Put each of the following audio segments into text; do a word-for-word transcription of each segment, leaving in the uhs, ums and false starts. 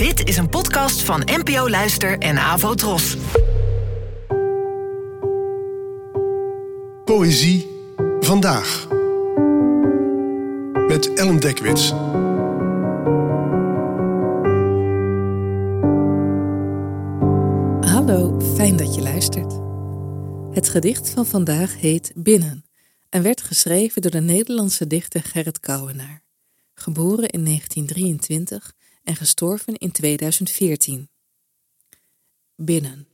Dit is een podcast van N P O Luister en Avo Tros. Poëzie vandaag. Met Ellen Dekwits. Hallo, fijn dat je luistert. Het gedicht van vandaag heet Binnen en werd geschreven door de Nederlandse dichter Gerrit Kouwenaar, geboren in negentien drieëntwintig en gestorven in tweeduizend veertien. Binnen.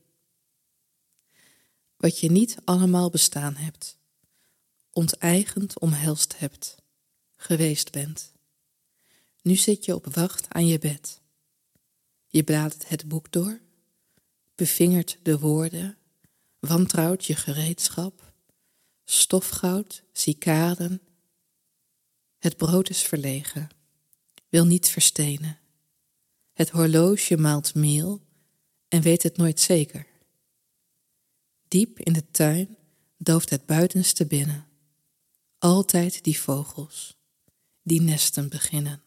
Wat je niet allemaal bestaan hebt, onteigend omhelst hebt, geweest bent. Nu zit je op wacht aan je bed. Je bladert het boek door, bevingert de woorden, wantrouwt je gereedschap, stofgoud, cicaden. Het brood is verlegen, wil niet verstenen. Het horloge maalt meel en weet het nooit zeker. Diep in de tuin dooft het buitenste binnen. Altijd die vogels, die nesten beginnen.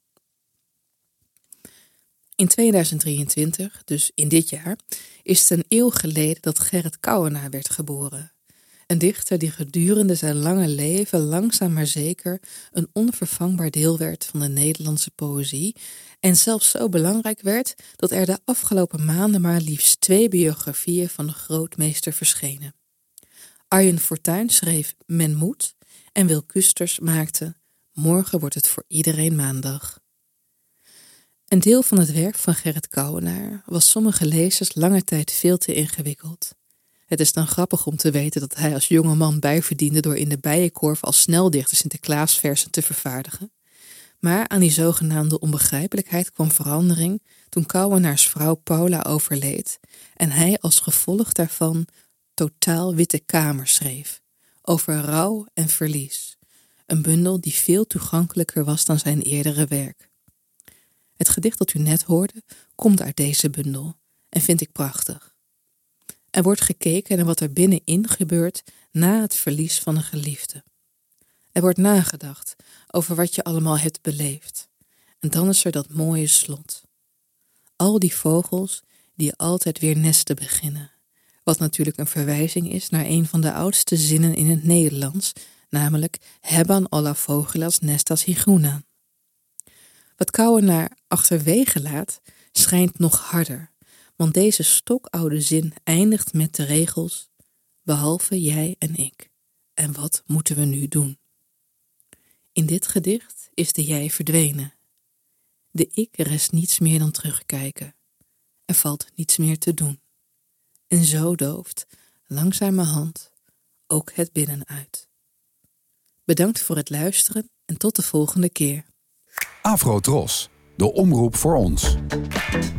In tweeduizend drieëntwintig, dus in dit jaar, is het een eeuw geleden dat Gerrit Kouwenaar werd geboren. Een dichter die gedurende zijn lange leven langzaam maar zeker een onvervangbaar deel werd van de Nederlandse poëzie en zelfs zo belangrijk werd dat er de afgelopen maanden maar liefst twee biografieën van de grootmeester verschenen. Arjen Fortuyn schreef Men moet en Wil Kusters maakte Morgen wordt het voor iedereen maandag. Een deel van het werk van Gerrit Kouwenaar was sommige lezers lange tijd veel te ingewikkeld. Het is dan grappig om te weten dat hij als jonge man bijverdiende door in de Bijenkorf als sneldichter Sinterklaasversen te vervaardigen. Maar aan die zogenaamde onbegrijpelijkheid kwam verandering toen Kouwenaars vrouw Paula overleed en hij als gevolg daarvan Totaal Witte Kamer schreef, over rouw en verlies. Een bundel die veel toegankelijker was dan zijn eerdere werk. Het gedicht dat u net hoorde komt uit deze bundel en vind ik prachtig. Er wordt gekeken naar wat er binnenin gebeurt na het verlies van een geliefde. Er wordt nagedacht over wat je allemaal hebt beleefd. En dan is er dat mooie slot. Al die vogels die altijd weer nesten beginnen. Wat natuurlijk een verwijzing is naar een van de oudste zinnen in het Nederlands, namelijk Hebben alla vogelas nestas in groenan. Wat Kouwenaar achterwege laat, schijnt nog harder. Want deze stokoude zin eindigt met de regels: behalve jij en ik. En wat moeten we nu doen? In dit gedicht is de jij verdwenen. De ik rest niets meer dan terugkijken. Er valt niets meer te doen. En zo dooft, langzamerhand, ook het binnen uit. Bedankt voor het luisteren en tot de volgende keer. Avo Tros, de omroep voor ons.